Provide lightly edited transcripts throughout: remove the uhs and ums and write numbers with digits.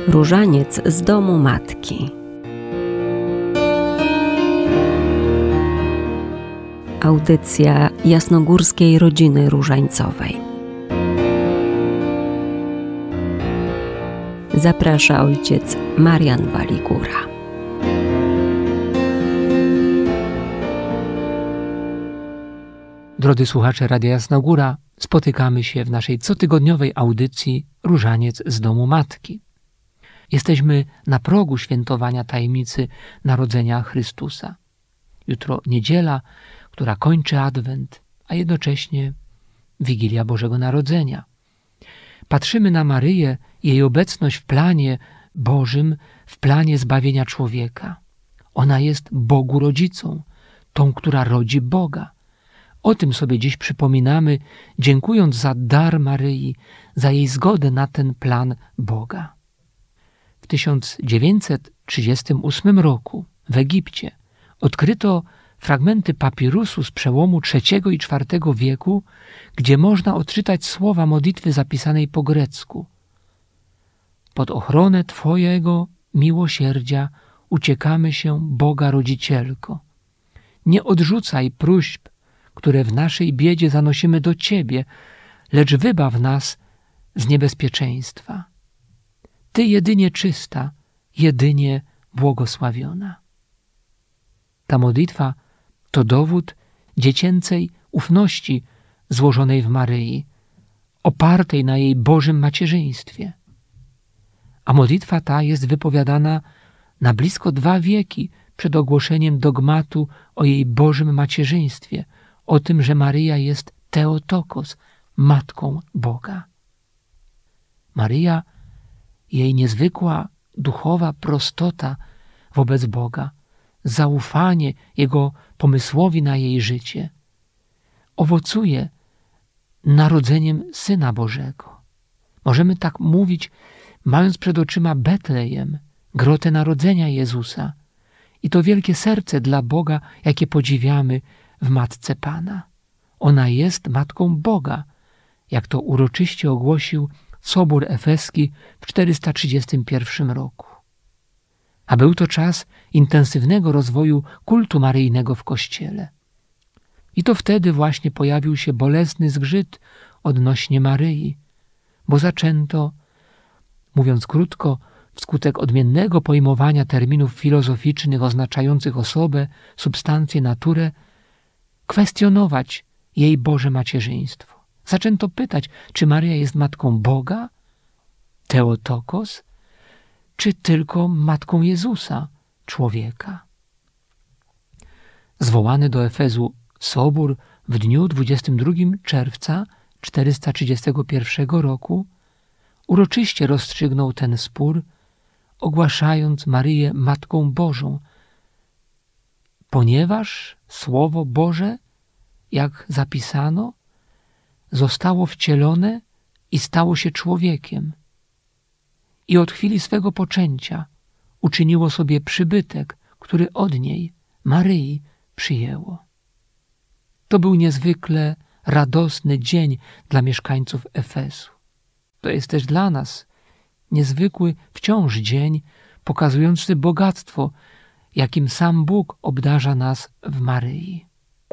Różaniec z domu matki. Audycja jasnogórskiej rodziny różańcowej. Zaprasza ojciec Marian Waligura. Drodzy słuchacze Radia Jasna Góra, spotykamy się w naszej cotygodniowej audycji Różaniec z domu matki. Jesteśmy na progu świętowania tajemnicy narodzenia Chrystusa. Jutro niedziela, która kończy Adwent, a jednocześnie Wigilia Bożego Narodzenia. Patrzymy na Maryję i jej obecność w planie Bożym, w planie zbawienia człowieka. Ona jest Bogu rodzicą, tą, która rodzi Boga. O tym sobie dziś przypominamy, dziękując za dar Maryi, za jej zgodę na ten plan Boga. W 1938 roku w Egipcie odkryto fragmenty papirusu z przełomu III i IV wieku, gdzie można odczytać słowa modlitwy zapisanej po grecku. Pod ochronę Twojego miłosierdzia uciekamy się, Boga Rodzicielko. Nie odrzucaj próśb, które w naszej biedzie zanosimy do Ciebie, lecz wybaw nas z niebezpieczeństwa. Ty jedynie czysta, jedynie błogosławiona. Ta modlitwa to dowód dziecięcej ufności złożonej w Maryi, opartej na jej Bożym macierzyństwie. A modlitwa ta jest wypowiadana na blisko 2 wieki przed ogłoszeniem dogmatu o jej Bożym macierzyństwie, o tym, że Maryja jest Theotokos, Matką Boga. Maryja, jej niezwykła duchowa prostota wobec Boga, zaufanie Jego pomysłowi na jej życie, owocuje narodzeniem Syna Bożego. Możemy tak mówić, mając przed oczyma Betlejem, grotę narodzenia Jezusa i to wielkie serce dla Boga, jakie podziwiamy w Matce Pana. Ona jest Matką Boga, jak to uroczyście ogłosił Sobór Efeski w 431 roku. A był to czas intensywnego rozwoju kultu maryjnego w Kościele. I to wtedy właśnie pojawił się bolesny zgrzyt odnośnie Maryi, bo zaczęto, mówiąc krótko, wskutek odmiennego pojmowania terminów filozoficznych oznaczających osobę, substancję, naturę, kwestionować jej Boże macierzyństwo. Zaczęto pytać, czy Maryja jest Matką Boga, Theotokos, czy tylko Matką Jezusa, człowieka. Zwołany do Efezu Sobór w dniu 22 czerwca 431 roku uroczyście rozstrzygnął ten spór, ogłaszając Maryję Matką Bożą, ponieważ Słowo Boże, jak zapisano, zostało wcielone i stało się człowiekiem i od chwili swego poczęcia uczyniło sobie przybytek, który od niej, Maryi, przyjęło. To był niezwykle radosny dzień dla mieszkańców Efesu. To jest też dla nas niezwykły wciąż dzień, pokazujący bogactwo, jakim sam Bóg obdarza nas w Maryi.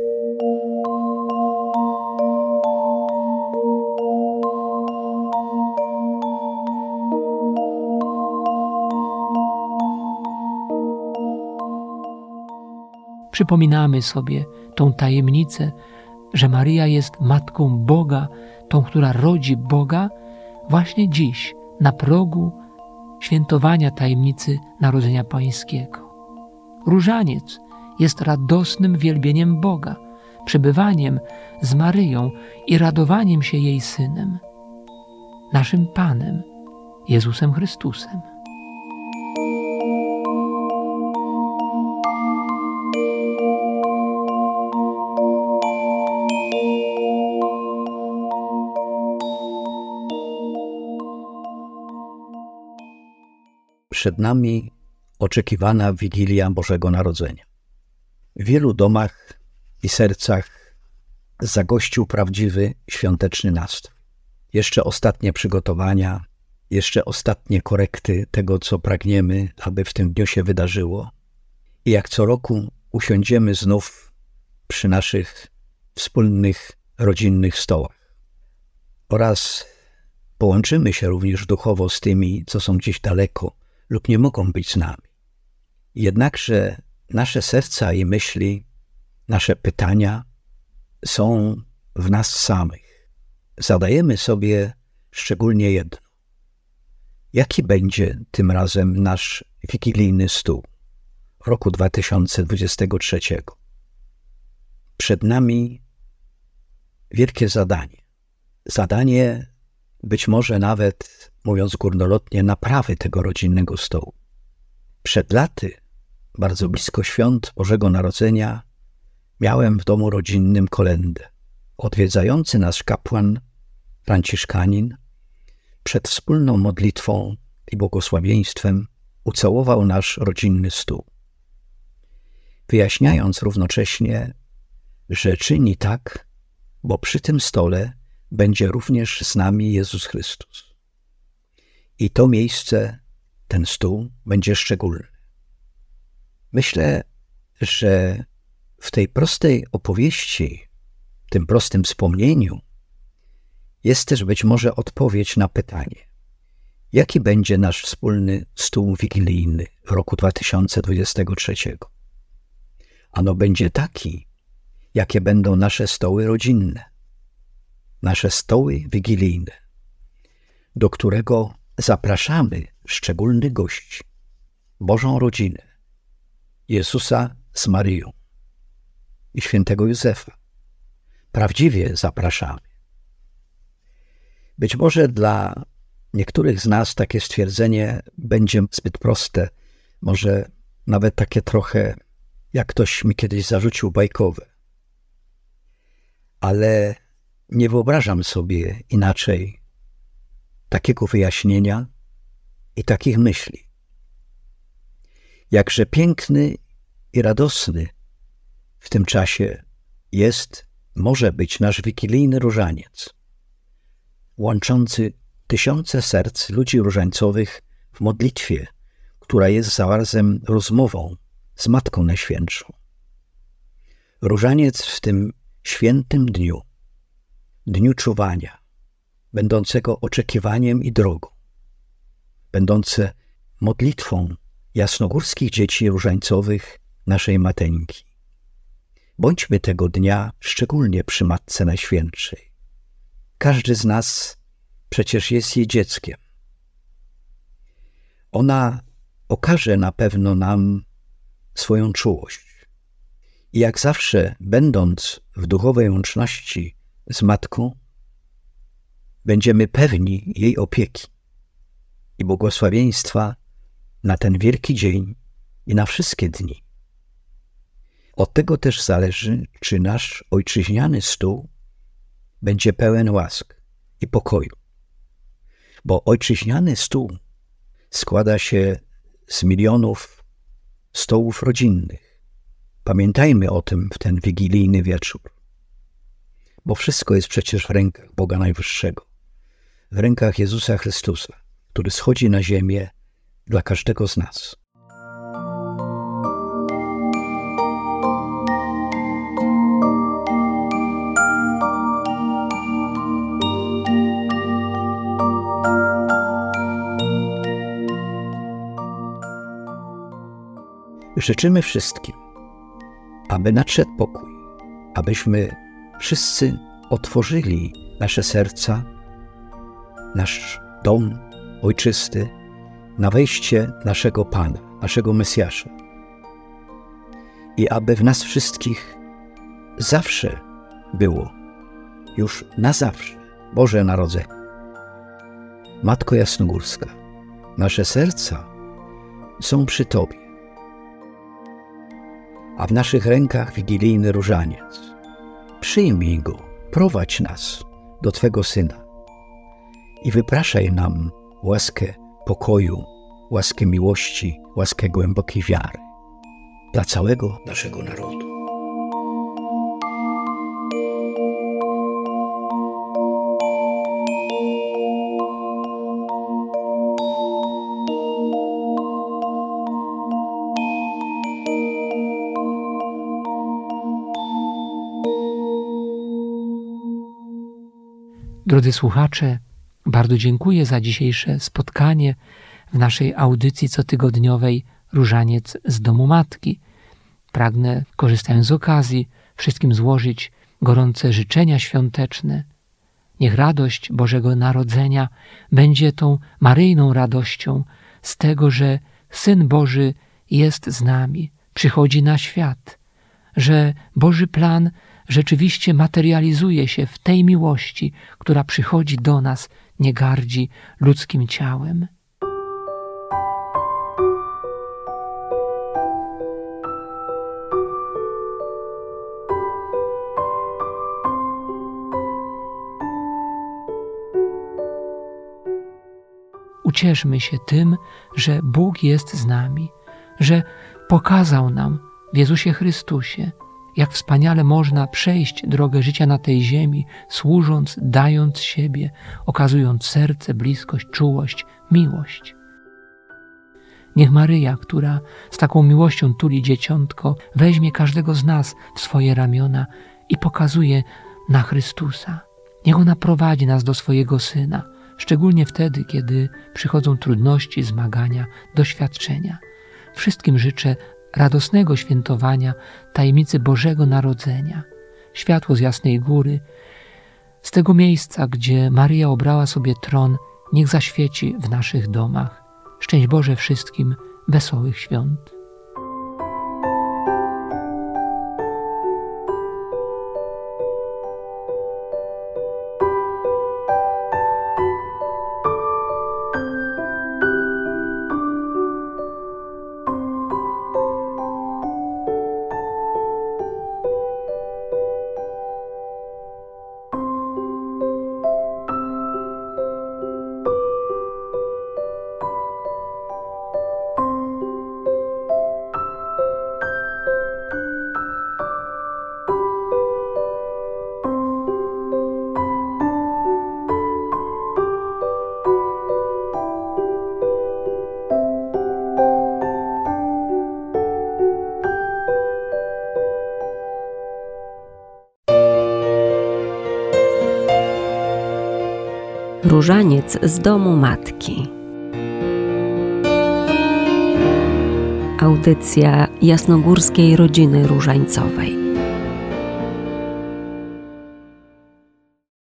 Przypominamy sobie tą tajemnicę, że Maryja jest Matką Boga, tą, która rodzi Boga, właśnie dziś, na progu świętowania tajemnicy Narodzenia Pańskiego. Różaniec jest radosnym wielbieniem Boga, przebywaniem z Maryją i radowaniem się jej Synem, naszym Panem, Jezusem Chrystusem. Przed nami oczekiwana Wigilia Bożego Narodzenia. W wielu domach i sercach zagościł prawdziwy świąteczny nastrój. Jeszcze ostatnie przygotowania, jeszcze ostatnie korekty tego, co pragniemy, aby w tym dniu się wydarzyło. I jak co roku usiądziemy znów przy naszych wspólnych, rodzinnych stołach. Oraz połączymy się również duchowo z tymi, co są gdzieś daleko lub nie mogą być z nami. Jednakże nasze serca i myśli, nasze pytania są w nas samych. Zadajemy sobie szczególnie jedno. Jaki będzie tym razem nasz wigilijny stół roku 2023? Przed nami wielkie zadanie. Zadanie być może nawet, mówiąc górnolotnie, naprawy tego rodzinnego stołu. Przed laty, bardzo blisko świąt Bożego Narodzenia, miałem w domu rodzinnym kolędę. Odwiedzający nas kapłan, franciszkanin, przed wspólną modlitwą i błogosławieństwem ucałował nasz rodzinny stół, wyjaśniając równocześnie, że czyni tak, bo przy tym stole będzie również z nami Jezus Chrystus. I to miejsce, ten stół będzie szczególny. Myślę, że w tej prostej opowieści, w tym prostym wspomnieniu jest też być może odpowiedź na pytanie, jaki będzie nasz wspólny stół wigilijny w roku 2023. Ano będzie taki, jakie będą nasze stoły rodzinne, nasze stoły wigilijne, do którego zapraszamy szczególnych gości, Bożą rodzinę, Jezusa z Maryją i świętego Józefa. Prawdziwie zapraszamy. Być może dla niektórych z nas takie stwierdzenie będzie zbyt proste, może nawet takie trochę, jak ktoś mi kiedyś zarzucił, bajkowe. Ale nie wyobrażam sobie inaczej takiego wyjaśnienia i takich myśli. Jakże piękny i radosny w tym czasie może być nasz wigilijny różaniec, łączący tysiące serc ludzi różańcowych w modlitwie, która jest zarazem rozmową z Matką Najświętszą. Różaniec w tym świętym dniu, dniu czuwania, będącego oczekiwaniem i drogą, będące modlitwą jasnogórskich dzieci różańcowych naszej Mateńki. Bądźmy tego dnia szczególnie przy Matce Najświętszej. Każdy z nas przecież jest jej dzieckiem. Ona okaże na pewno nam swoją czułość. I jak zawsze, będąc w duchowej łączności z Matką, będziemy pewni jej opieki i błogosławieństwa na ten wielki dzień i na wszystkie dni. Od tego też zależy, czy nasz ojczyźniany stół będzie pełen łask i pokoju. Bo ojczyźniany stół składa się z milionów stołów rodzinnych. Pamiętajmy o tym w ten wigilijny wieczór. Bo wszystko jest przecież w rękach Boga Najwyższego. W rękach Jezusa Chrystusa, który schodzi na ziemię dla każdego z nas. Życzymy wszystkim, aby nadszedł pokój, abyśmy wszyscy otworzyli nasze serca, nasz dom ojczysty na wejście naszego Pana, naszego Mesjasza. I aby w nas wszystkich zawsze było, już na zawsze, Boże Narodzenie. Matko Jasnogórska, nasze serca są przy Tobie, a w naszych rękach wigilijny różaniec. Przyjmij go, prowadź nas do Twego Syna i wypraszaj nam łaskę pokoju, łaskę miłości, łaskę głębokiej wiary dla całego naszego narodu. Drodzy słuchacze, bardzo dziękuję za dzisiejsze spotkanie w naszej audycji cotygodniowej Różaniec z domu Matki. Pragnę, korzystając z okazji, wszystkim złożyć gorące życzenia świąteczne. Niech radość Bożego Narodzenia będzie tą maryjną radością z tego, że Syn Boży jest z nami, przychodzi na świat, że Boży plan rzeczywiście materializuje się w tej miłości, która przychodzi do nas, nie gardzi ludzkim ciałem. Ucieszmy się tym, że Bóg jest z nami, że pokazał nam w Jezusie Chrystusie, jak wspaniale można przejść drogę życia na tej ziemi, służąc, dając siebie, okazując serce, bliskość, czułość, miłość. Niech Maryja, która z taką miłością tuli dzieciątko, weźmie każdego z nas w swoje ramiona i pokazuje na Chrystusa. Niech ona prowadzi nas do swojego Syna, szczególnie wtedy, kiedy przychodzą trudności, zmagania, doświadczenia. Wszystkim życzę radosnego świętowania tajemnicy Bożego Narodzenia. Światło z jasnej góry, z tego miejsca, gdzie Maryja obrała sobie tron, niech zaświeci w naszych domach. Szczęść Boże wszystkim, wesołych świąt. Różaniec z domu Matki. Audycja Jasnogórskiej Rodziny Różańcowej.